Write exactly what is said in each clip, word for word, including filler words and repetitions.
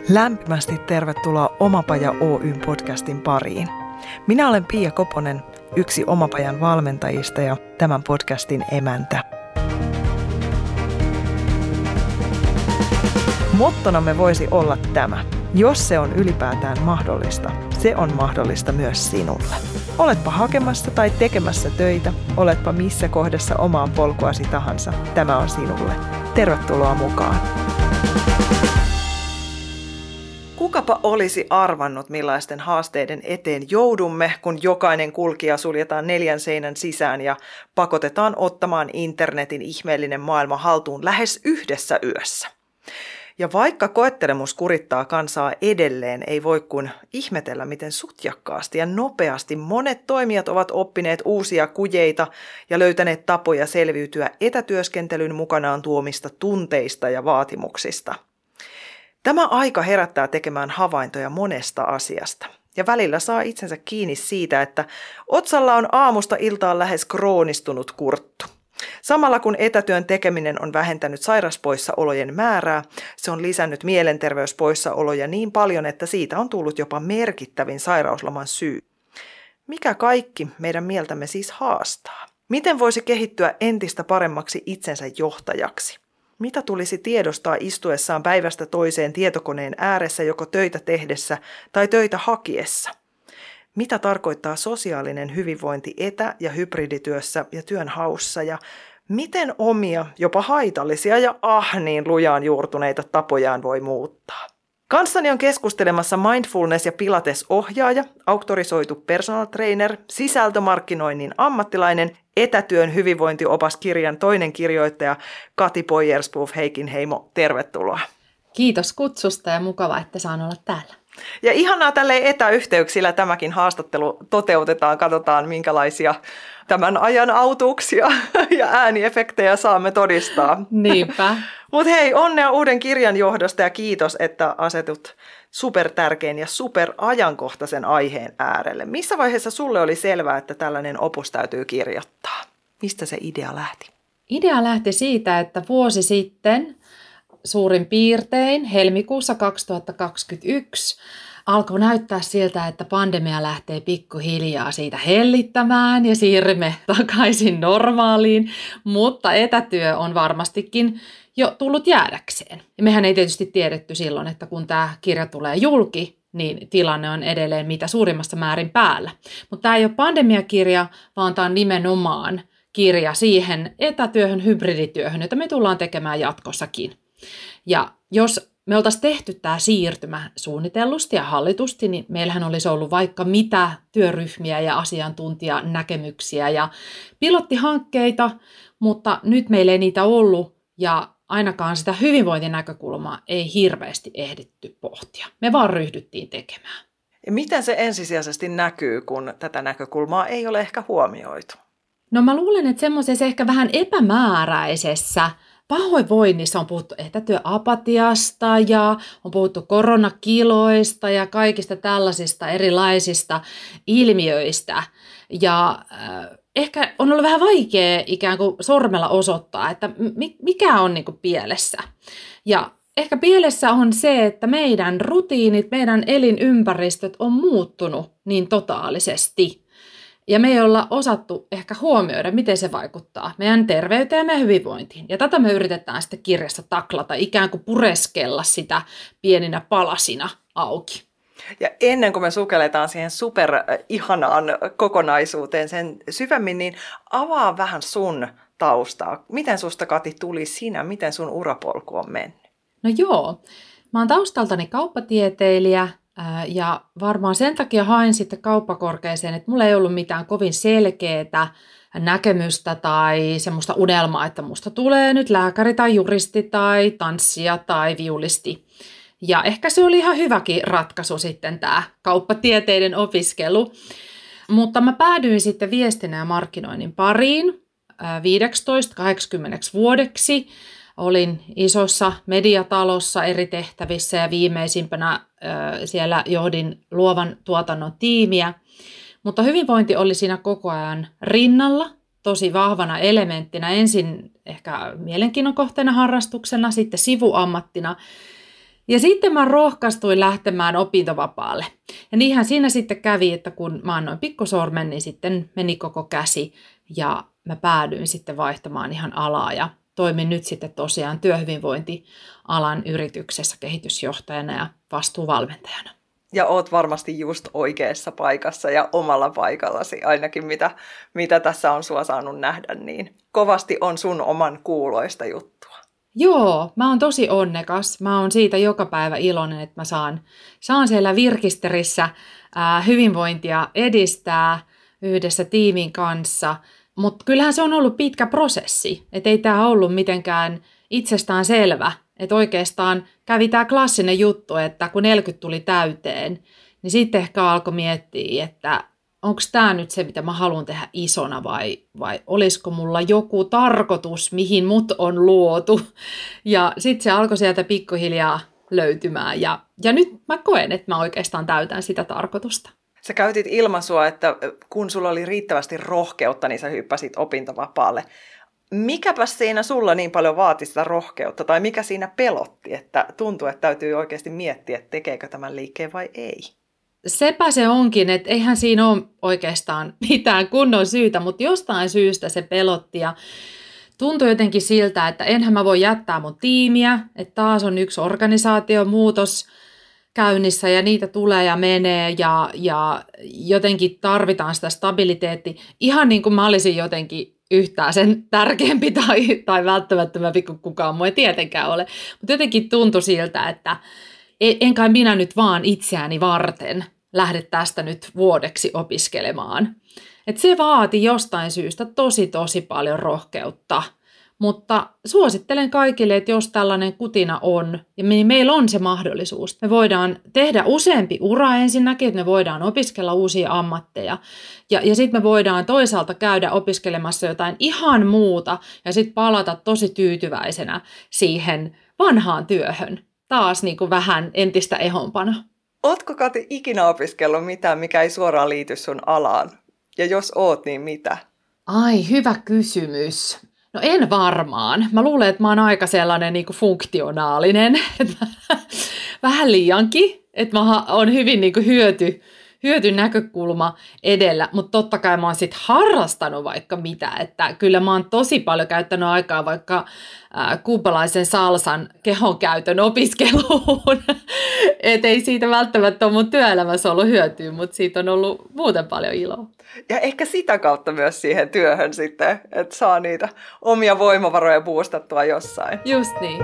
Lämpimästi tervetuloa Omapaja Oyn podcastin pariin. Minä olen Pia Koponen, yksi Omapajan valmentajista ja tämän podcastin emäntä. Mottonamme voisi olla tämä. Jos se on ylipäätään mahdollista, se on mahdollista myös sinulle. Oletpa hakemassa tai tekemässä töitä, oletpa missä kohdassa omaa polkuasi tahansa, tämä on sinulle. Tervetuloa mukaan. Kukapa olisi arvannut, millaisten haasteiden eteen joudumme, kun jokainen kulkija suljetaan neljän seinän sisään ja pakotetaan ottamaan internetin ihmeellinen maailma haltuun lähes yhdessä yössä. Ja vaikka koettelemus kurittaa kansaa edelleen, ei voi kuin ihmetellä, miten sutjakkaasti ja nopeasti monet toimijat ovat oppineet uusia kujeita ja löytäneet tapoja selviytyä etätyöskentelyn mukanaan tuomista tunteista ja vaatimuksista. Tämä aika herättää tekemään havaintoja monesta asiasta. Ja välillä saa itsensä kiinni siitä, että otsalla on aamusta iltaan lähes kroonistunut kurttu. Samalla kun etätyön tekeminen on vähentänyt sairaspoissaolojen määrää, se on lisännyt mielenterveyspoissaoloja niin paljon, että siitä on tullut jopa merkittävin sairausloman syy. Mikä kaikki meidän mieltämme siis haastaa? Miten voisi kehittyä entistä paremmaksi itsensä johtajaksi? Mitä tulisi tiedostaa istuessaan päivästä toiseen tietokoneen ääressä joko töitä tehdessä tai töitä hakiessa? Mitä tarkoittaa sosiaalinen hyvinvointi etä- ja hybridityössä ja työnhaussa ja miten omia, jopa haitallisia ja ah niin lujaan juurtuneita tapojaan voi muuttaa? Kanssani on keskustelemassa mindfulness- ja pilates-ohjaaja, auktorisoitu personal trainer, sisältömarkkinoinnin ammattilainen, etätyön hyvinvointiopaskirjan toinen kirjoittaja Kati Poyerspoov-Heikinheimo. Tervetuloa. Kiitos kutsusta ja mukava, että saan olla täällä. Ja ihanaa tälleen etäyhteyksillä tämäkin haastattelu toteutetaan. Katsotaan, minkälaisia tämän ajan autuuksia ja ääniefektejä saamme todistaa. Niinpä. Mutta hei, onnea uuden kirjan johdosta ja kiitos, että asetut supertärkeän ja superajankohtaisen aiheen äärelle. Missä vaiheessa sulle oli selvää, että tällainen opus täytyy kirjoittaa? Mistä se idea lähti? Idea lähti siitä, että vuosi sitten suurin piirtein helmikuussa kaksituhattakaksikymmentäyksi alkoi näyttää siltä, että pandemia lähtee pikkuhiljaa siitä hellittämään ja siirrymme takaisin normaaliin, mutta etätyö on varmastikin jo tullut jäädäkseen. Ja mehän ei tietysti tiedetty silloin, että kun tämä kirja tulee julki, niin tilanne on edelleen mitä suurimmassa määrin päällä. Mutta tämä ei ole pandemiakirja, vaan tämä on nimenomaan kirja siihen etätyöhön, hybridityöhön, jota me tullaan tekemään jatkossakin. Ja jos me oltaisiin tehty tämä siirtymä suunnitellusti ja hallitusti, niin meillähän olisi ollut vaikka mitä työryhmiä ja asiantuntijanäkemyksiä ja pilottihankkeita, mutta nyt meillä ei niitä ollut ja ainakaan sitä hyvinvointinäkökulmaa ei hirveästi ehditty pohtia. Me vaan ryhdyttiin tekemään. Ja miten se ensisijaisesti näkyy, kun tätä näkökulmaa ei ole ehkä huomioitu? No mä luulen, että semmoisessa ehkä vähän epämääräisessä pahoinvoinnissa on puhuttu etätyöapatiasta ja on puhuttu koronakiloista ja kaikista tällaisista erilaisista ilmiöistä. Ja äh, ehkä on ollut vähän vaikea ikään kuin sormella osoittaa, että mikä on niin kuin pielessä. Ja ehkä pielessä on se, että meidän rutiinit, meidän elinympäristöt on muuttunut niin totaalisesti. Ja me ei olla osattu ehkä huomioida, miten se vaikuttaa meidän terveyteen ja hyvinvointiin. Ja tätä me yritetään sitten kirjassa taklata, ikään kuin pureskella sitä pieninä palasina auki. Ja ennen kuin me sukelletaan siihen superihanaan kokonaisuuteen sen syvemmin, niin avaa vähän sun taustaa. Miten susta, Kati, tuli sinä? Miten sun urapolku on mennyt? No joo, mä oon taustaltani kauppatieteilijä. Ja varmaan sen takia hain sitten kauppakorkeeseen, että mulla ei ollut mitään kovin selkeää näkemystä tai semmoista unelmaa, että musta tulee nyt lääkäri tai juristi tai tanssija tai viulisti. Ja ehkä se oli ihan hyväkin ratkaisu sitten tämä kauppatieteiden opiskelu. Mutta mä päädyin sitten viestinnän ja markkinoinnin pariin viisitoista kahdeksankymmentä vuodeksi. Olin isossa mediatalossa eri tehtävissä ja viimeisimpänä äh, siellä johdin luovan tuotannon tiimiä. Mutta hyvinvointi oli siinä koko ajan rinnalla, tosi vahvana elementtinä. Ensin ehkä mielenkiinnon kohteena harrastuksena, sitten sivuammattina. Ja sitten mä rohkaistuin lähtemään opintovapaalle. Ja niinhän siinä sitten kävi, että kun mä annoin pikkusormen, niin sitten meni koko käsi ja mä päädyin sitten vaihtamaan ihan alaa ja toimin nyt sitten tosiaan työhyvinvointialan yrityksessä kehitysjohtajana ja vastuuvalmentajana. Ja oot varmasti just oikeassa paikassa ja omalla paikallasi, ainakin mitä, mitä tässä on sua saanut nähdä, niin kovasti on sun oman kuuloista juttua. Joo, mä oon tosi onnekas. Mä oon siitä joka päivä iloinen, että mä saan, saan siellä virkisterissä ää, hyvinvointia edistää yhdessä tiimin kanssa. Mutta kyllähän se on ollut pitkä prosessi, että ei tämä ollut mitenkään itsestään selvä. Että oikeastaan kävi tämä klassinen juttu, että kun neljäkymmentä tuli täyteen, niin sitten ehkä alkoi miettiä, että onko tämä nyt se, mitä mä haluan tehdä isona vai, vai olisiko mulla joku tarkoitus, mihin mut on luotu. Ja sitten se alkoi sieltä pikkuhiljaa löytymään ja, ja nyt mä koen, että mä oikeastaan täytän sitä tarkoitusta. Sä käytit ilmaisua, että kun sulla oli riittävästi rohkeutta, niin sä hyppäsit opintovapaalle. Mikäpäs siinä sulla niin paljon vaati sitä rohkeutta, tai mikä siinä pelotti, että tuntuu, että täytyy oikeasti miettiä, että tekeekö tämän liikkeen vai ei? Sepä se onkin, että eihän siinä ole oikeastaan mitään kunnon syytä, mutta jostain syystä se pelotti ja tuntui jotenkin siltä, että enhän mä voi jättää mun tiimiä, että taas on yksi organisaatiomuutos käynnissä ja niitä tulee ja menee ja, ja jotenkin tarvitaan sitä stabiliteettia. Ihan niin kuin mä olisin jotenkin yhtään sen tärkeämpi tai, tai välttämättömämpi kuin kukaan muu ei tietenkään ole. Mutta jotenkin tuntui siltä, että en kai minä nyt vaan itseäni varten lähde tästä nyt vuodeksi opiskelemaan. Et se vaati jostain syystä tosi tosi paljon rohkeutta. Mutta suosittelen kaikille, että jos tällainen kutina on, ja me, meillä on se mahdollisuus, me voidaan tehdä useampi ura ensinnäkin, että me voidaan opiskella uusia ammatteja, ja, ja sitten me voidaan toisaalta käydä opiskelemassa jotain ihan muuta, ja sitten palata tosi tyytyväisenä siihen vanhaan työhön, taas niin kuin vähän entistä ehompana. Ootko, Kati, ikinä opiskellut mitään, mikä ei suoraan liity sun alaan? Ja jos oot, niin mitä? Ai, hyvä kysymys. No en varmaan. Mä luulen, että mä oon aika sellainen niin kuin funktionaalinen, vähän liiankin, että mä oon hyvin niin kuin hyöty, hyötynäkökulma edellä, mutta totta kai mä oon sit harrastanut vaikka mitä, että kyllä mä oon tosi paljon käyttänyt aikaa vaikka äh, kuubalaisen salsan kehonkäytön opiskeluun, et ei siitä välttämättä ole mun työelämässä ollut hyötyä, mutta siitä on ollut muuten paljon iloa. Ja ehkä sitä kautta myös siihen työhön sitten, että saa niitä omia voimavaroja boostattua jossain. Just niin.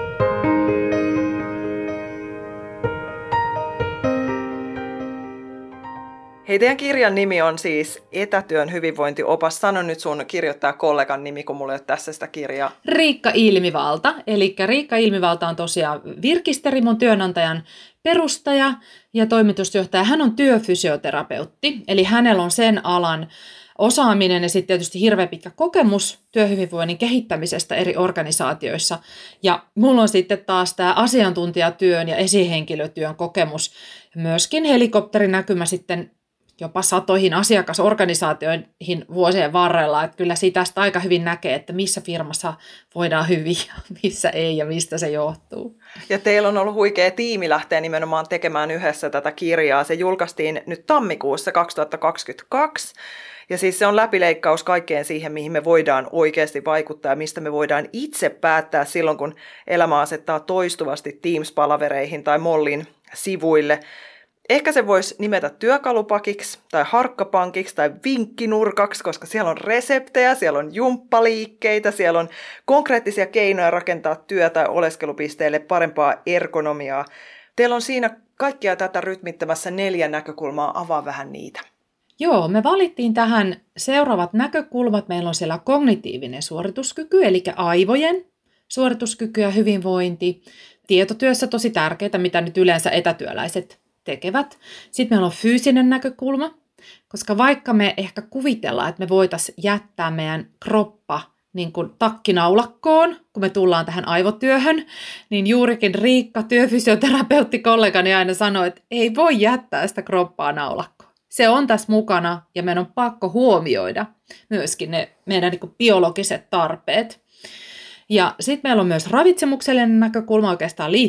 Hei, teidän kirjan nimi on siis Etätyön hyvinvointiopas. Sano nyt sun kirjoittajakollegan nimi, kun mulla ei ole tässä sitä kirjaa. Riikka Ilmivalta. Eli Riikka Ilmivalta on tosiaan virkisteri, mun työnantajan perustaja ja toimitusjohtaja. Hän on työfysioterapeutti, eli hänellä on sen alan osaaminen ja sitten tietysti hirveän pitkä kokemus työhyvinvoinnin kehittämisestä eri organisaatioissa. Ja mulla on sitten taas tämä asiantuntijatyön ja esihenkilötyön kokemus, myöskin helikopterinäkymä sitten jopa satoihin asiakasorganisaatioihin vuosien varrella. Että kyllä siitä tästä aika hyvin näkee, että missä firmassa voidaan hyvin ja missä ei ja mistä se johtuu. Ja teillä on ollut huikea tiimi lähteä nimenomaan tekemään yhdessä tätä kirjaa. Se julkaistiin nyt tammikuussa kaksituhattakaksikymmentäkaksi. Ja siis se on läpileikkaus kaikkeen siihen, mihin me voidaan oikeasti vaikuttaa ja mistä me voidaan itse päättää silloin, kun elämä asettaa toistuvasti Teams-palavereihin tai Mollin sivuille. Ehkä se voisi nimetä työkalupakiksi tai harkkapankiksi tai vinkkinurkaksi, koska siellä on reseptejä, siellä on jumppaliikkeitä, siellä on konkreettisia keinoja rakentaa työ- tai oleskelupisteille parempaa ergonomiaa. Teillä on siinä kaikkia tätä rytmittämässä neljä näkökulmaa, avaa vähän niitä. Joo, me valittiin tähän seuraavat näkökulmat. Meillä on siellä kognitiivinen suorituskyky, eli aivojen suorituskyky ja hyvinvointi. Tietotyössä tosi tärkeää, mitä nyt yleensä etätyöläiset tekevät. Sitten meillä on fyysinen näkökulma, koska vaikka me ehkä kuvitellaan, että me voitaisiin jättää meidän kroppa niin kuin takkinaulakkoon, kun me tullaan tähän aivotyöhön, niin juurikin Riikka, työfysioterapeutti, kollegani aina sanoi, että ei voi jättää sitä kroppaa naulakkoon. Se on tässä mukana ja meidän on pakko huomioida myöskin ne meidän niin kuin biologiset tarpeet. Ja sitten meillä on myös ravitsemuksellinen näkökulma, oikeastaan liittyy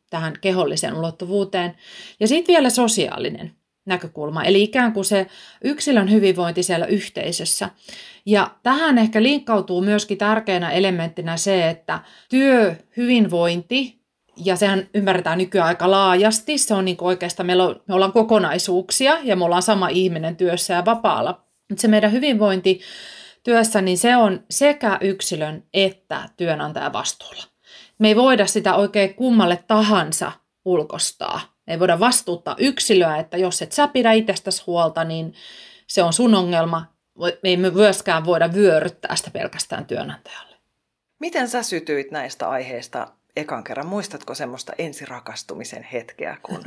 tähän keholliseen ulottuvuuteen. Ja sitten vielä sosiaalinen näkökulma, eli ikään kuin se yksilön hyvinvointi siellä yhteisössä. Ja tähän ehkä linkkautuu myöskin tärkeänä elementtinä se, että työhyvinvointi, ja sehän ymmärretään nykyään aika laajasti, se on niin kuin oikeastaan, meillä on, me ollaan kokonaisuuksia ja me ollaan sama ihminen työssä ja vapaalla. Mutta se meidän hyvinvointi työssä, niin se on sekä yksilön että työnantajan vastuulla. Me ei voida sitä oikein kummalle tahansa ulkostaa. Me ei voida vastuuttaa yksilöä, että jos et sä pidä itsestäsi huolta, niin se on sun ongelma. Me ei myöskään voida vyöryttää sitä pelkästään työnantajalle. Miten sä sytyit näistä aiheista ekan kerran? Muistatko semmoista ensirakastumisen hetkeä, kun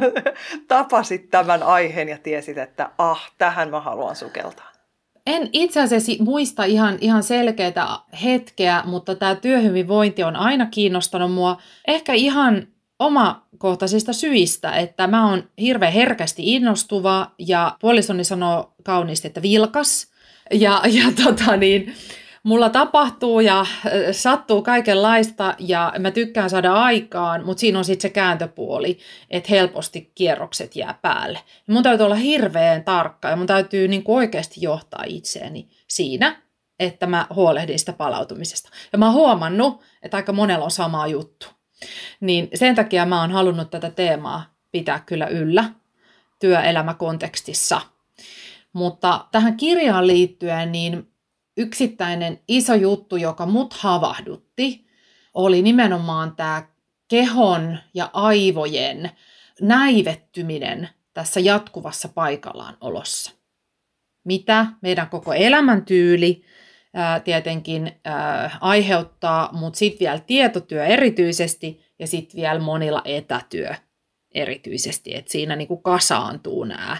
tapasit tämän aiheen ja tiesit, että ah, tähän mä haluan sukeltaa? En itse asiassa muista ihan, ihan selkeää hetkeä, mutta tämä työhyvinvointi on aina kiinnostanut mua ehkä ihan omakohtaisista syistä, että mä oon hirveän herkästi innostuva ja puolisoni sanoo kauniisti, että vilkas. Ja, ja tota niin, mulla tapahtuu ja sattuu kaikenlaista ja mä tykkään saada aikaan, mutta siinä on sitten se kääntöpuoli, että helposti kierrokset jää päälle. Mun täytyy olla hirveän tarkka ja mun täytyy niinku oikeasti johtaa itseäni siinä, että mä huolehdin sitä palautumisesta. Ja mä oon huomannut, että aika monella on sama juttu. Niin sen takia mä oon halunnut tätä teemaa pitää kyllä yllä työelämäkontekstissa. Mutta tähän kirjaan liittyen niin yksittäinen iso juttu, joka mut havahdutti, oli nimenomaan tämä kehon ja aivojen näivettyminen tässä jatkuvassa paikallaan olossa. Mitä meidän koko elämäntyyli ää, tietenkin ää, aiheuttaa, mutta sitten vielä tietotyö erityisesti ja sitten vielä monilla etätyö erityisesti, että siinä niinku kasaantuu nämä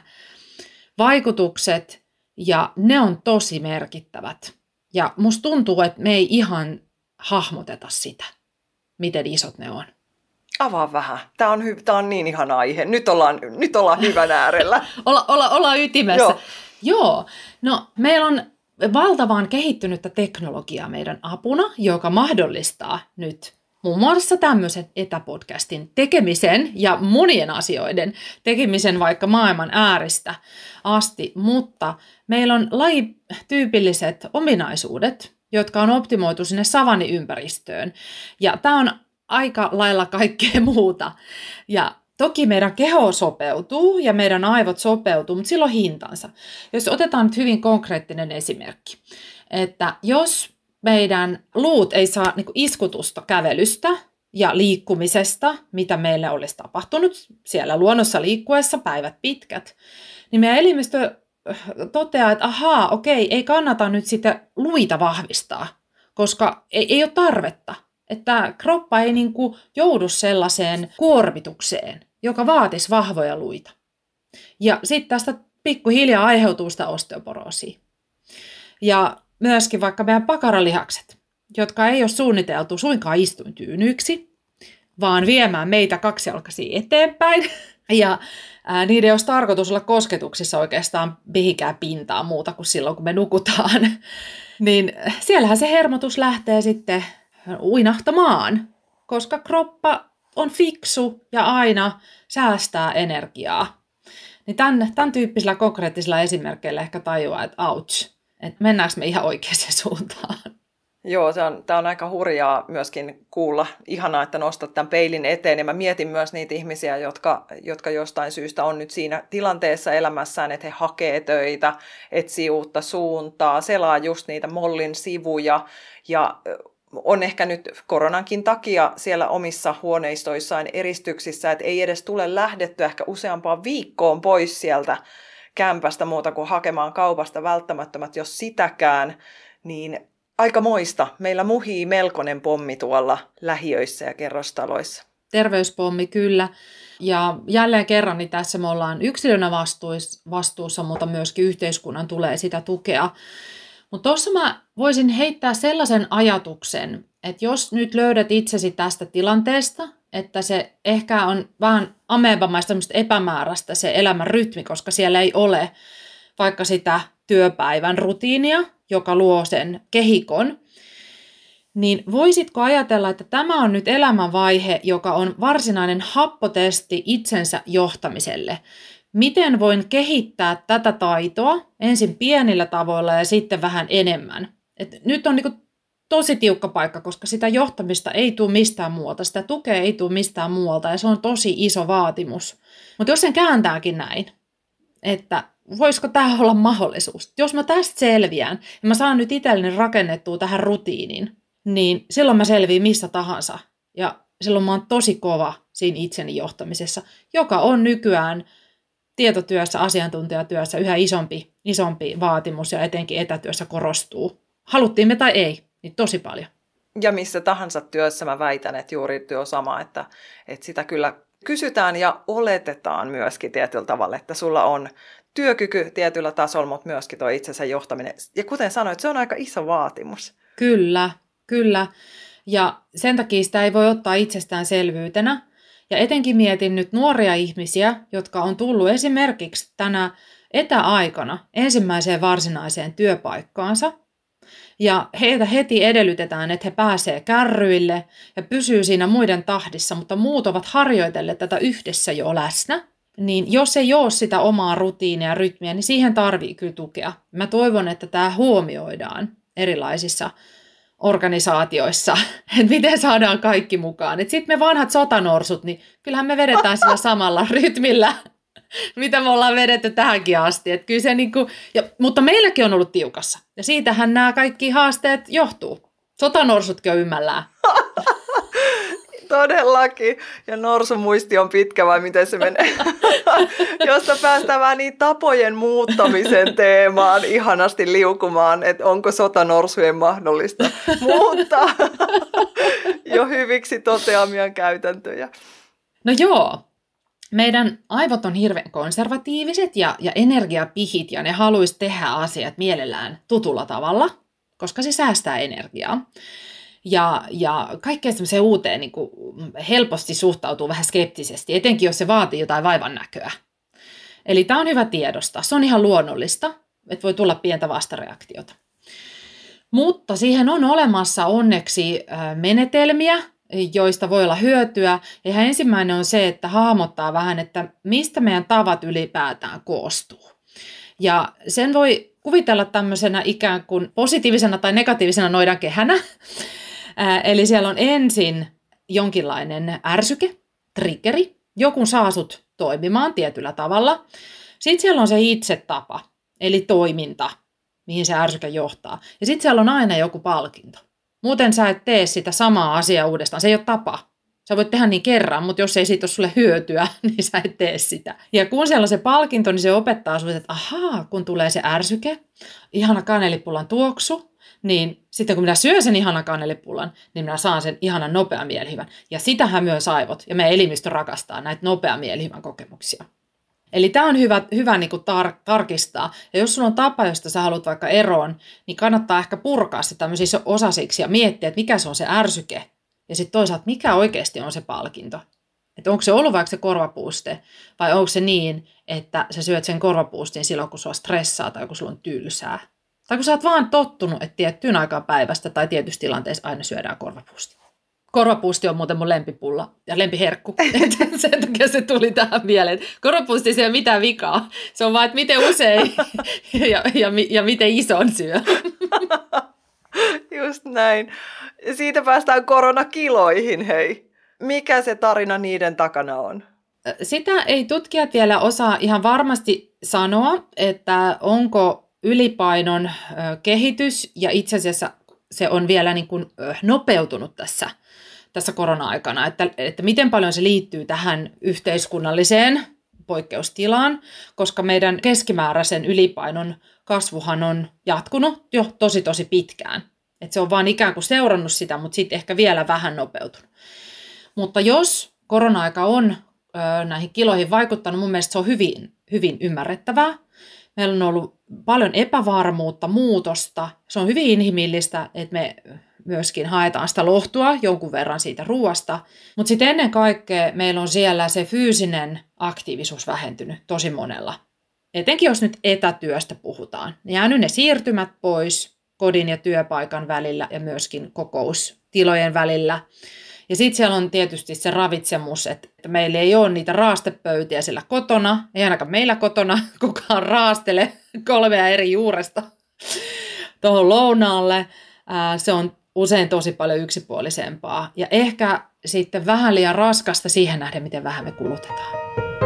vaikutukset. Ja ne on tosi merkittävät. Ja musta tuntuu, että me ei ihan hahmoteta sitä, miten isot ne on. Avaa vähän. Tämä on, hy- Tämä on niin ihana aihe. Nyt ollaan, nyt ollaan hyvän äärellä. olla, olla, olla ytimessä. Joo. Joo. No, meillä on valtavan kehittynyttä teknologiaa meidän apuna, joka mahdollistaa nyt muun muassa tämmöisen etäpodcastin tekemisen ja monien asioiden tekemisen vaikka maailman ääristä asti, mutta meillä on lajityypilliset ominaisuudet, jotka on optimoitu sinne savanniympäristöön. Ja tämä on aika lailla kaikkea muuta. Ja toki meidän keho sopeutuu ja meidän aivot sopeutuu, mutta sillä on hintansa. Jos otetaan nyt hyvin konkreettinen esimerkki, että jos meidän luut ei saa niin kuin iskutusta kävelystä ja liikkumisesta, mitä meille olisi tapahtunut siellä luonnossa liikkuessa päivät pitkät, niin meidän elimistö toteaa, että ahaa, okei, ei kannata nyt sitä luita vahvistaa, koska ei, ei ole tarvetta. Että kroppa ei niin kuin joudu sellaiseen kuormitukseen, joka vaatisi vahvoja luita. Ja sitten tästä pikkuhiljaa aiheutuu sitä osteoporoosia. Ja myöskin vaikka meidän pakaralihakset, jotka ei ole suunniteltu suinkaan istuintyynyiksi, vaan viemään meitä kaksijalkaisia eteenpäin. Ja ää, niiden ei olisi tarkoitus olla kosketuksissa oikeastaan mihinkään pintaa muuta kuin silloin, kun me nukutaan. Niin siellähän se hermotus lähtee sitten uinahtamaan, koska kroppa on fiksu ja aina säästää energiaa. Niin tämän, tämän tyyppisillä konkreettisilla esimerkkeillä ehkä tajuaa, että ouch, että mennäänkö me ihan oikeaan suuntaan. Joo, se on, tämä on aika hurjaa myöskin kuulla. Ihanaa, että nostat tämän peilin eteen. Ja mä mietin myös niitä ihmisiä, jotka, jotka jostain syystä on nyt siinä tilanteessa elämässään, että he hakee töitä, etsii uutta suuntaa, selaa just niitä mollin sivuja ja on ehkä nyt koronankin takia siellä omissa huoneistoissaan eristyksissä, että ei edes tule lähdettyä ehkä useampaan viikkoon pois sieltä kämpästä muuta kuin hakemaan kaupasta välttämättömät, jos sitäkään, niin aika moista. Meillä muhii melkoinen pommi tuolla lähiöissä ja kerrostaloissa. Terveyspommi kyllä. Ja jälleen kerran niin tässä me ollaan yksilönä vastuussa, mutta myöskin yhteiskunnan tulee sitä tukea. Mutta tuossa mä voisin heittää sellaisen ajatuksen, että jos nyt löydät itsesi tästä tilanteesta, että se ehkä on vähän amebamaista epämääräistä se elämän rytmi, koska siellä ei ole vaikka sitä työpäivän rutiinia, joka luo sen kehikon, Niin voisitko ajatella, että tämä on nyt elämänvaihe, joka on varsinainen happotesti itsensä johtamiselle? Miten voin kehittää tätä taitoa ensin pienillä tavoilla ja sitten vähän enemmän? Et nyt on niinku tosi tiukka paikka, koska sitä johtamista ei tule mistään muualta, sitä tukea ei tule mistään muualta ja se on tosi iso vaatimus. Mutta jos sen kääntääkin näin, että voisiko tämä olla mahdollisuus? Jos mä tästä selviän ja mä saan nyt itselleni rakennettua tähän rutiinin, niin silloin mä selviin missä tahansa. Ja silloin mä oon tosi kova siinä itseni johtamisessa, joka on nykyään tietotyössä, asiantuntijatyössä yhä isompi, isompi vaatimus ja etenkin etätyössä korostuu. Haluttiin me tai ei, niin tosi paljon. Ja missä tahansa työssä mä väitän, että juuri työ sama, että, että sitä kyllä kysytään ja oletetaan myöskin tietyllä tavalla, että sulla on työkyky tietyllä tasolla, mutta myöskin tuo itsensä johtaminen. Ja kuten sanoit, se on aika iso vaatimus. Kyllä, kyllä. Ja sen takia sitä ei voi ottaa itsestäänselvyytenä. Ja etenkin mietin nyt nuoria ihmisiä, jotka on tullut esimerkiksi tänä etäaikana ensimmäiseen varsinaiseen työpaikkaansa. Ja heiltä heti edellytetään, että he pääsee kärryille ja pysyy siinä muiden tahdissa, mutta muut ovat harjoitelleet tätä yhdessä jo läsnä. Niin jos ei ole sitä omaa rutiinia ja rytmiä, niin siihen tarvii kyllä tukea. Mä toivon, että tämä huomioidaan erilaisissa organisaatioissa, että miten saadaan kaikki mukaan. Sitten me vanhat sotanorsut, niin kyllähän me vedetään sillä samalla rytmillä, mitä me ollaan vedetty tähänkin asti. Et kyllä se niinku, ja, mutta meilläkin on ollut tiukassa. Ja siitähän nämä kaikki haasteet johtuu. Sotanorsutkin on ymmällään. Todellakin. Ja norsun muisti on pitkä vai miten se menee? Josta päästään vähän niin tapojen muuttamisen teemaan ihanasti liukumaan, että onko sotanorsujen mahdollista muuttaa jo hyviksi toteamia käytäntöjä. No joo. Meidän aivot on hirveän konservatiiviset ja, ja energiapihit ja ne haluaisi tehdä asiat mielellään tutulla tavalla, koska se säästää energiaa. Ja, ja kaikkeen semmoiseen uuteen niin kuin helposti suhtautuu vähän skeptisesti, etenkin jos se vaatii jotain vaivan näköä. Eli tämä on hyvä tiedostaa. Se on ihan luonnollista, että voi tulla pientä vastareaktiota. Mutta siihen on olemassa onneksi menetelmiä, joista voi olla hyötyä. Ja ihan ensimmäinen on se, että hahmottaa vähän, että mistä meidän tavat ylipäätään koostuu. Ja sen voi kuvitella tämmöisenä ikään kuin positiivisena tai negatiivisena noidankehänä. Eli siellä on ensin jonkinlainen ärsyke, triggeri, joku saa sut toimimaan tietyllä tavalla. Sitten siellä on se itsetapa, eli toiminta, mihin se ärsyke johtaa. Ja sitten siellä on aina joku palkinto. Muuten sä et tee sitä samaa asiaa uudestaan, se ei ole tapa. Sä voit tehdä niin kerran, mutta jos ei siitä ole sulle hyötyä, niin sä et tee sitä. Ja kun siellä on se palkinto, niin se opettaa sulle, että ahaa, kun tulee se ärsyke, ihana kanelipullan tuoksu, niin sitten kun minä syön sen ihanan kanelipullan, niin minä saan sen ihanan nopean mielihyvän. Ja sitähän myös aivot ja meidän elimistö rakastaa näitä nopean mielihyvän kokemuksia. Eli tämä on hyvä, hyvä niin kuin tar- tarkistaa. Ja jos sulla on tapa, josta sä haluat vaikka eroon, niin kannattaa ehkä purkaa se tämmöisissä osasiksi ja miettiä, että mikä se on se ärsyke. Ja sitten toisaalta, mikä oikeasti on se palkinto. Että onko se ollut vaikka se korvapuuste, vai onko se niin, että sä syöt sen korvapuustin silloin, kun sua stressaa tai kun sulla on tylsää. Tai kun sä oot vaan tottunut, että tiettyyn aikaan päivästä tai tietyissä tilanteissa aina syödään korvapuusti. Korvapuusti on muuten mun lempipulla ja lempiherkku. Sen takia se tuli tähän mieleen. Korvapuusti ei ole mitään vikaa. Se on vaan, että miten usein ja, ja, ja miten ison syö. Just näin. Siitä päästään koronakiloihin, hei. Mikä se tarina niiden takana on? Sitä ei tutkijat vielä osaa ihan varmasti sanoa, että onko ylipainon kehitys ja itse asiassa se on vielä niin kuin nopeutunut tässä, tässä korona-aikana, että, että miten paljon se liittyy tähän yhteiskunnalliseen poikkeustilaan, koska meidän keskimääräisen ylipainon kasvuhan on jatkunut jo tosi tosi pitkään. Että se on vaan ikään kuin seurannut sitä, mutta sitten ehkä vielä vähän nopeutunut. Mutta jos korona-aika on ö, näihin kiloihin vaikuttanut, mun mielestä se on hyvin, hyvin ymmärrettävää. Meillä on ollut paljon epävarmuutta, muutosta. Se on hyvin inhimillistä, että me myöskin haetaan sitä lohtua jonkun verran siitä ruoasta. Mutta sitten ennen kaikkea meillä on siellä se fyysinen aktiivisuus vähentynyt tosi monella. Etenkin jos nyt etätyöstä puhutaan. Ne jäänyt ne siirtymät pois. kodin ja työpaikan välillä ja myöskin kokoustilojen välillä. Ja sitten siellä on tietysti se ravitsemus, että meillä ei ole niitä raastepöytiä siellä kotona, ei ainakaan meillä kotona, kukaan raastele kolmea eri juuresta tuohon lounaalle. Se on usein tosi paljon yksipuolisempaa ja ehkä sitten vähän liian raskasta siihen nähden, miten vähän me kulutetaan.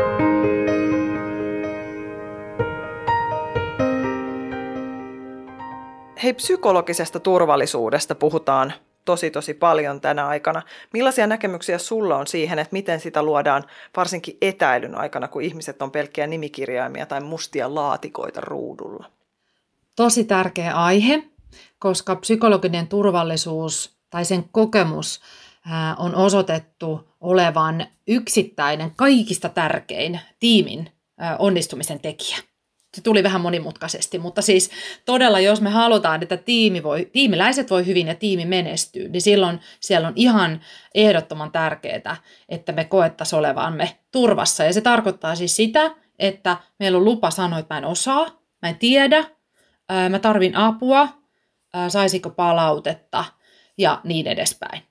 Hei, psykologisesta turvallisuudesta puhutaan tosi tosi paljon tänä aikana. Millaisia näkemyksiä sulla on siihen, että miten sitä luodaan varsinkin etäilyn aikana, kun ihmiset on pelkkiä nimikirjaimia tai mustia laatikoita ruudulla? Tosi tärkeä aihe, koska psykologinen turvallisuus tai sen kokemus on osoitettu olevan yksittäinen, kaikista tärkein tiimin onnistumisen tekijä. Se tuli vähän monimutkaisesti, mutta siis todella, jos me halutaan, että tiimi voi, tiimiläiset voi hyvin ja tiimi menestyy, niin silloin siellä on ihan ehdottoman tärkeää, että me koettaisiin olevamme turvassa. Ja se tarkoittaa siis sitä, että meillä on lupa sanoa, että mä en osaa, mä en tiedä, mä tarvin apua, saisiko palautetta ja niin edespäin.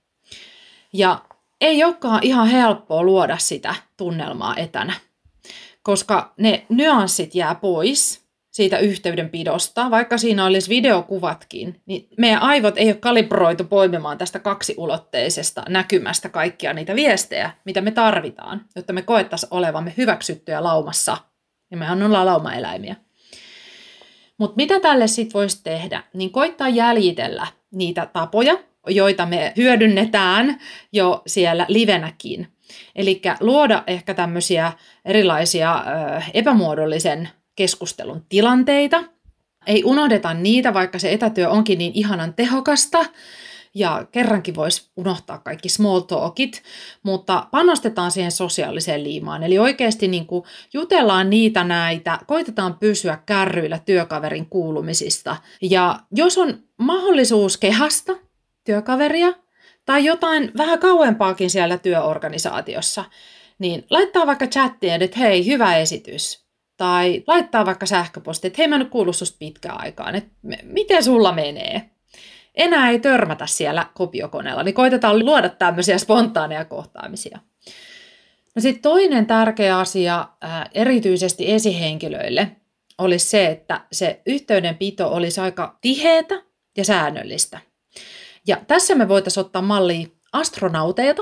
Ja ei olekaan ihan helppoa luoda sitä tunnelmaa etänä, koska ne nyanssit jää pois siitä yhteydenpidosta, vaikka siinä olisi videokuvatkin, niin meidän aivot ei ole kalibroitu poimimaan tästä kaksiulotteisesta näkymästä kaikkia niitä viestejä, mitä me tarvitaan, jotta me koettaisiin olevamme hyväksyttyjä laumassa, ja mehän ollaan laumaeläimiä. Mutta mitä tälle sitten voisi tehdä, niin koittaa jäljitellä niitä tapoja, joita me hyödynnetään jo siellä livenäkin. Eli luoda ehkä tämmöisiä erilaisia epämuodollisen keskustelun tilanteita. Ei unohdeta niitä, vaikka se etätyö onkin niin ihanan tehokasta. Ja kerrankin voisi unohtaa kaikki small talkit, mutta panostetaan siihen sosiaaliseen liimaan. Eli oikeasti niin kuin jutellaan niitä näitä, koitetaan pysyä kärryillä työkaverin kuulumisista. Ja jos on mahdollisuus kehasta työkaveria, tai jotain vähän kauempaakin siellä työorganisaatiossa, niin laittaa vaikka chattiin, että hei, hyvä esitys. Tai laittaa vaikka sähköposti, että hei, mä en ole kuullut susta pitkään aikaan, että miten sulla menee. Enää ei törmätä siellä kopiokoneella, niin koitetaan luoda tämmöisiä spontaaneja kohtaamisia. No sitten toinen tärkeä asia erityisesti esihenkilöille olisi se, että se yhteydenpito olisi aika tiheätä ja säännöllistä. Ja tässä me voitaisiin ottaa mallia astronauteilta.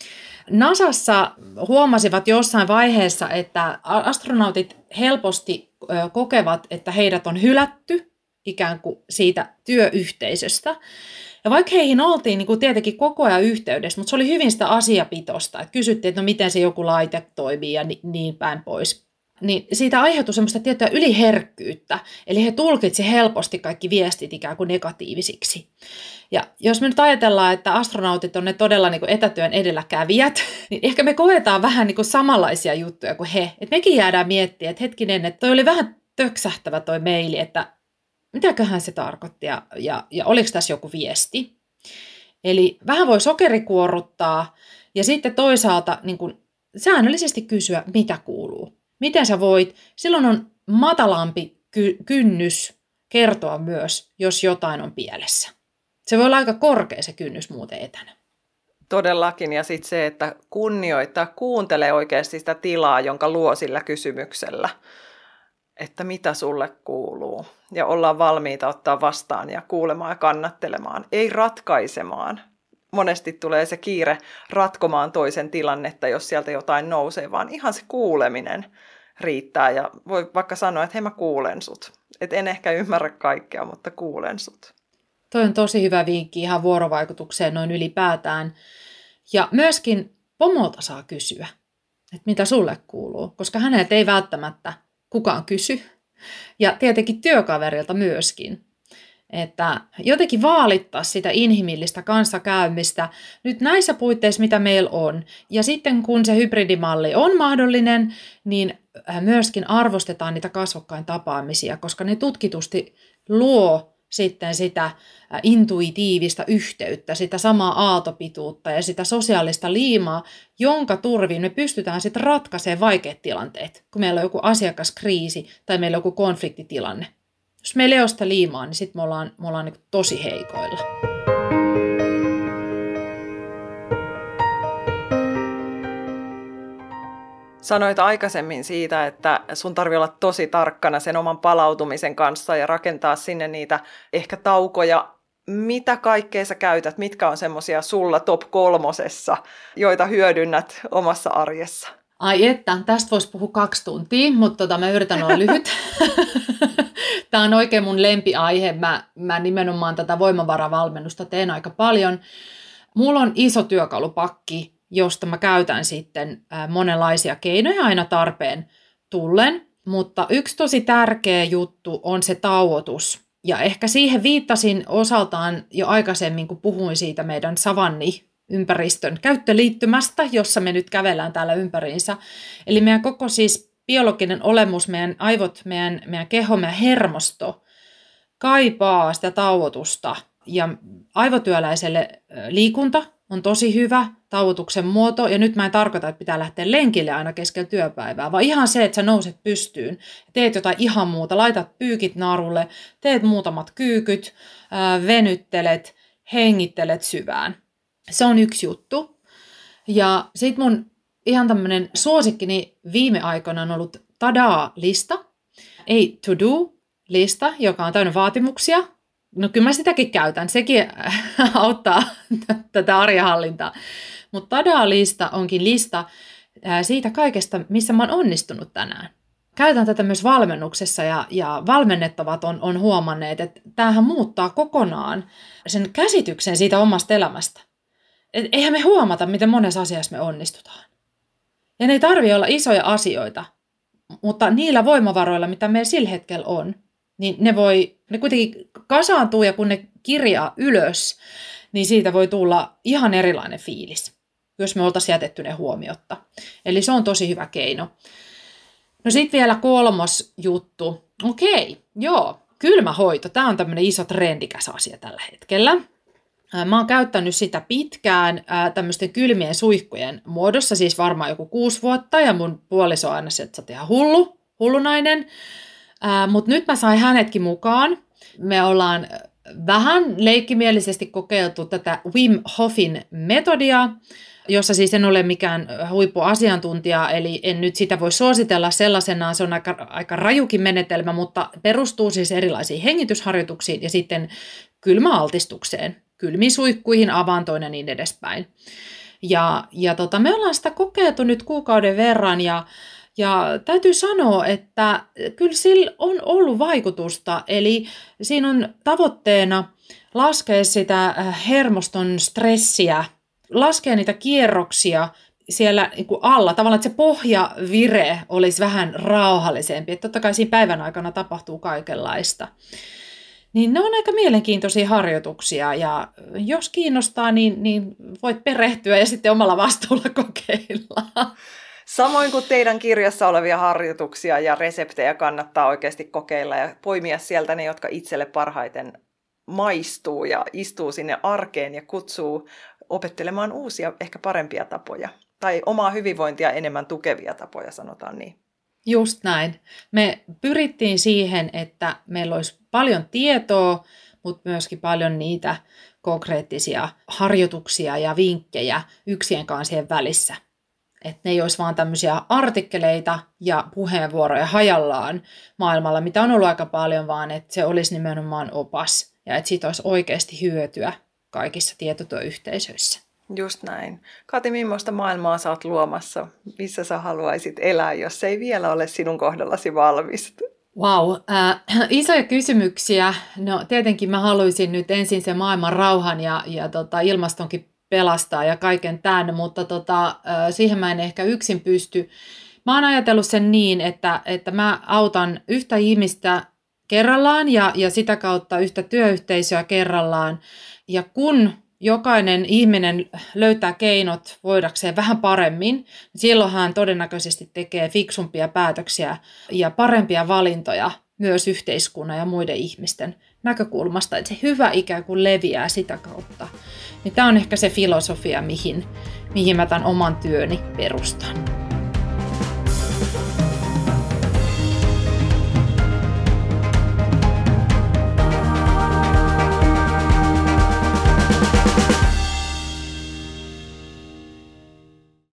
NASAssa huomasivat jossain vaiheessa, että astronautit helposti kokevat, että heidät on hylätty ikään kuin siitä työyhteisöstä. Ja vaikka heihin oltiin niin kuin tietenkin koko ajan yhteydessä, mutta se oli hyvin sitä asiapitosta. Että kysyttiin, että no miten se joku laite toimii ja niin päin pois. Niin siitä aiheutui semmoista tiettyä yliherkkyyttä. Eli he tulkitsi helposti kaikki viestit ikään kuin negatiivisiksi. Ja jos me nyt ajatellaan, että astronautit on ne todella niin kuin etätyön edelläkävijät, niin ehkä me koetaan vähän niin kuin samanlaisia juttuja kuin he. Että mekin jäädään miettimään, että hetkinen, että toi oli vähän töksähtävä toi maili, että mitäköhän se tarkoitti ja, ja, ja oliko tässä joku viesti. Eli vähän voi sokerikuorruttaa ja sitten toisaalta niin kuin säännöllisesti kysyä, mitä kuuluu. Miten sä voit? Silloin on matalampi ky- kynnys kertoa myös, jos jotain on pielessä. Se voi olla aika korkea se kynnys muuten etänä. Todellakin, ja sitten se, että kunnioittaa, kuuntelee oikeasti sitä tilaa, jonka luo sillä kysymyksellä, että mitä sulle kuuluu. Ja ollaan valmiita ottaa vastaan ja kuulemaan ja kannattelemaan, ei ratkaisemaan. Monesti tulee se kiire ratkomaan toisen tilannetta, jos sieltä jotain nousee, vaan ihan se kuuleminen riittää. Ja voi vaikka sanoa, että hei, mä kuulen sut. Et en ehkä ymmärrä kaikkea, mutta kuulen sut. Toi on tosi hyvä vinkki ihan vuorovaikutukseen noin ylipäätään. Ja myöskin pomolta saa kysyä, että mitä sulle kuuluu, koska häneltä ei välttämättä kukaan kysy. Ja tietenkin työkaverilta myöskin. Että jotenkin vaalittaa sitä inhimillistä kanssakäymistä nyt näissä puitteissa, mitä meillä on. Ja sitten kun se hybridimalli on mahdollinen, niin myöskin arvostetaan niitä kasvokkain tapaamisia, koska ne tutkitusti luo sitten sitä intuitiivista yhteyttä, sitä samaa aaltopituutta ja sitä sosiaalista liimaa, jonka turviin me pystytään sitten ratkaisemaan vaikeat tilanteet, kun meillä on joku asiakaskriisi tai meillä on joku konfliktitilanne. Jos meillä ei ole sitä liimaa, niin sitten me ollaan, me ollaan niin tosi heikoilla. Sanoit aikaisemmin siitä, että sun tarvii olla tosi tarkkana sen oman palautumisen kanssa ja rakentaa sinne niitä ehkä taukoja. Mitä kaikkea sä käytät? Mitkä on semmoisia sulla top kolmosessa, joita hyödynnät omassa arjessa? Ai että, tästä voisi puhua kaksi tuntia, mutta tota, mä yritän olla lyhyt. Tämä on oikein mun lempiaihe. Mä, mä nimenomaan tätä voimavaravalmennusta teen aika paljon. Mulla on iso työkalupakki, josta mä käytän sitten monenlaisia keinoja aina tarpeen tullen. Mutta yksi tosi tärkeä juttu on se tauotus. Ja ehkä siihen viittasin osaltaan jo aikaisemmin, kun puhuin siitä meidän savanni-ympäristön käyttöliittymästä, jossa me nyt kävellään täällä ympäriinsä. Eli meidän koko siis biologinen olemus, meidän aivot, meidän, meidän keho, meidän hermosto kaipaa sitä tauotusta. Ja aivotyöläiselle liikunta on tosi hyvä tauotuksen muoto, ja nyt mä en tarkoita, että pitää lähteä lenkille aina keskellä työpäivää, vaan ihan se, että sä nouset pystyyn, teet jotain ihan muuta, laitat pyykit narulle, teet muutamat kyykyt, ää, venyttelet, hengittelet syvään. Se on yksi juttu. Ja sit mun ihan tämmönen suosikkini viime aikoina on ollut tadaa-lista, ei to-do-lista, joka on täynnä vaatimuksia. No kyllä mä sitäkin käytän, sekin auttaa tätä arjenhallintaa. Mutta tadaa-lista onkin lista siitä kaikesta, missä mä oon onnistunut tänään. Käytän tätä myös valmennuksessa ja, ja valmennettavat on, on huomanneet, että tämähän muuttaa kokonaan sen käsityksen siitä omasta elämästä. Et eihän me huomata, miten monessa asiassa me onnistutaan. Ja ne ei tarvitse olla isoja asioita, mutta niillä voimavaroilla, mitä meillä sillä hetkellä on, niin ne voi, ne kuitenkin kasaantuu ja kun ne kirjaa ylös, niin siitä voi tulla ihan erilainen fiilis, jos me oltaisiin jätetty ne huomiotta. Eli se on tosi hyvä keino. No sitten vielä kolmos juttu. Okei, joo, kylmähoito. Tämä on tämmöinen iso trendikäs asia tällä hetkellä. Mä oon käyttänyt sitä pitkään tämmöisten kylmien suihkujen muodossa, siis varmaan joku kuusi vuotta, ja mun puoliso on aina se, että sä oot ihan hullu, hullunainen. Mutta nyt mä sain hänetkin mukaan. Me ollaan vähän leikkimielisesti kokeiltu tätä Wim Hofin metodia, jossa siis en ole mikään huippuasiantuntija, eli en nyt sitä voi suositella sellaisenaan. Se on aika, aika rajukin menetelmä, mutta perustuu siis erilaisiin hengitysharjoituksiin ja sitten kylmäaltistukseen, kylmiin suihkuihin, avantoon ja niin edespäin. Ja, ja tota, me ollaan sitä kokeiltu nyt kuukauden verran ja Ja täytyy sanoa, että kyllä sillä on ollut vaikutusta, eli siinä on tavoitteena laskea sitä hermoston stressiä, laskea niitä kierroksia siellä niin kuin alla, tavallaan että se pohjavire olisi vähän rauhallisempi, että totta kai siinä päivän aikana tapahtuu kaikenlaista. Niin ne on aika mielenkiintoisia harjoituksia ja jos kiinnostaa, niin, niin voit perehtyä ja sitten omalla vastuulla kokeilla. Samoin kuin teidän kirjassa olevia harjoituksia ja reseptejä kannattaa oikeasti kokeilla ja poimia sieltä ne, jotka itselle parhaiten maistuu ja istuu sinne arkeen ja kutsuu opettelemaan uusia, ehkä parempia tapoja. Tai omaa hyvinvointia enemmän tukevia tapoja, sanotaan niin. Just näin. Me pyrittiin siihen, että meillä olisi paljon tietoa, mutta myöskin paljon niitä konkreettisia harjoituksia ja vinkkejä yksien kansien välissä. Että ne ei olisi vaan tämmöisiä artikkeleita ja puheenvuoroja hajallaan maailmalla, mitä on ollut aika paljon, vaan että se olisi nimenomaan opas ja että siitä olisi oikeasti hyötyä kaikissa tietotyöyhteisöissä. Just näin. Kati, millaista maailmaa sä oot luomassa? Missä sä haluaisit elää, jos se ei vielä ole sinun kohdallasi valmis? Vau, wow, äh, isoja kysymyksiä. No tietenkin mä haluaisin nyt ensin sen maailman rauhan ja, ja tota, ilmastonkin pelastaa ja kaiken tämän, mutta tota, siihen mä en ehkä yksin pysty. Mä oon ajatellut sen niin, että, että mä autan yhtä ihmistä kerrallaan ja, ja sitä kautta yhtä työyhteisöä kerrallaan. Ja kun jokainen ihminen löytää keinot voidakseen vähän paremmin, niin silloin hän todennäköisesti tekee fiksumpia päätöksiä ja parempia valintoja myös yhteiskunnan ja muiden ihmisten näkökulmasta, että se hyvä ikään kuin leviää sitä kautta. Niin tämä on ehkä se filosofia, mihin, mihin mä tämän oman työni perustan.